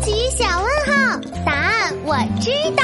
奇小问号，答案我知道。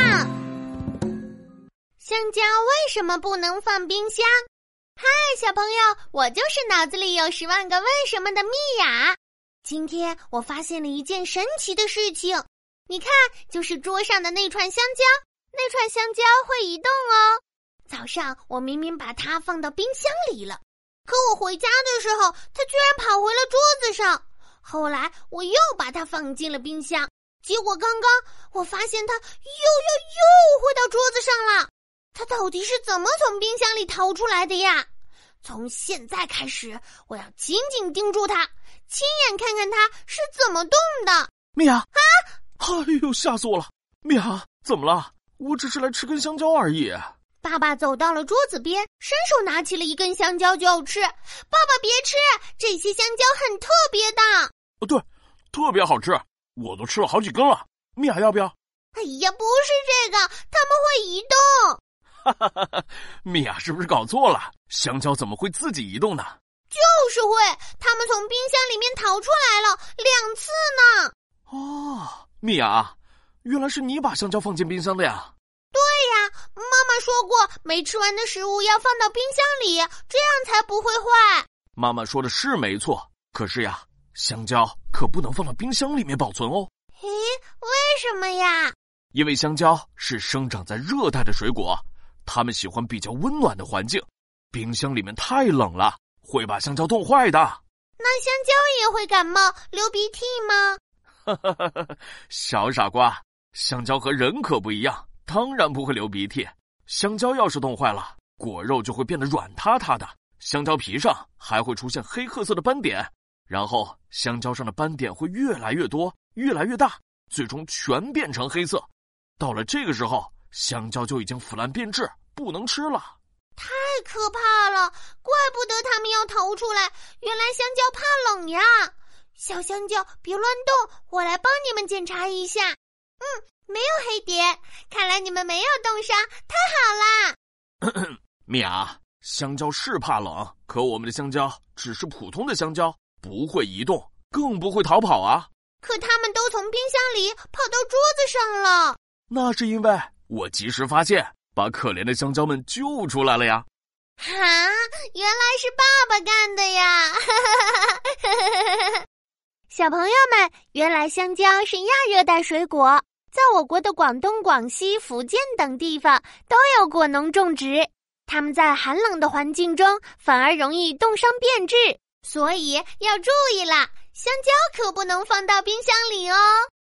香蕉为什么不能放冰箱？嗨，小朋友，我就是脑子里有10万个为什么的蜜雅。今天我发现了一件神奇的事情，你看，就是桌上的那串香蕉，那串香蕉会移动哦。早上我明明把它放到冰箱里了，可我回家的时候，它居然跑回了桌子上。后来我又把它放进了冰箱，结果刚刚我发现它又回到桌子上了。它到底是怎么从冰箱里逃出来的呀？从现在开始，我要紧紧盯住它，亲眼看看它是怎么动的。 蜜雅啊！哎呦，吓死我了！蜜雅，怎么了？我只是来吃根香蕉而已。 爸爸走到了桌子边，伸手拿起了一根香蕉就要吃。爸爸别吃，这些香蕉很特别的。 对，特别好吃，我都吃了好几根了。蜜雅要不要？ 哎呀，不是这个，它们会移动。 哈哈哈哈！蜜雅是不是搞错了？香蕉怎么会自己移动呢？ 就是会，它们从冰箱里面逃出来了2次呢。 哦，蜜雅，原来是你把香蕉放进冰箱的呀？ 对呀，妈妈说过，没吃完的食物要放到冰箱里，这样才不会坏。 妈妈说的是没错，可是呀，香蕉可不能放到冰箱里面保存哦。 咦，为什么呀？ 因为香蕉是生长在热带的水果，它们喜欢比较温暖的环境，冰箱里面太冷了，会把香蕉冻坏的。 那香蕉也会感冒、流鼻涕吗？ 小傻瓜，香蕉和人可不一样，当然不会流鼻涕。香蕉要是冻坏了，果肉就会变得软塌塌的，香蕉皮上还会出现黑褐色的斑点，然后香蕉上的斑点会越来越多，越来越大，最终全变成黑色。到了这个时候，香蕉就已经腐烂变质，不能吃了。 太可怕了，怪不得它们要逃出来，原来香蕉怕冷呀。小香蕉别乱动，我来帮你们检查一下。没有黑点，看来你们没有冻伤，太好啦。 蜜雅，香蕉是怕冷，可我们的香蕉只是普通的香蕉，不会移动，更不会逃跑啊。 可它们都从冰箱里跑到桌子上了。 那是因为我及时发现，把可怜的香蕉们救出来了呀。 哈，原来是爸爸干的呀。小朋友们，原来香蕉是亚热带水果，在我国的广东、广西、福建等地方都有果农种植。它们在寒冷的环境中反而容易冻伤变质，所以要注意啦，香蕉可不能放到冰箱里哦。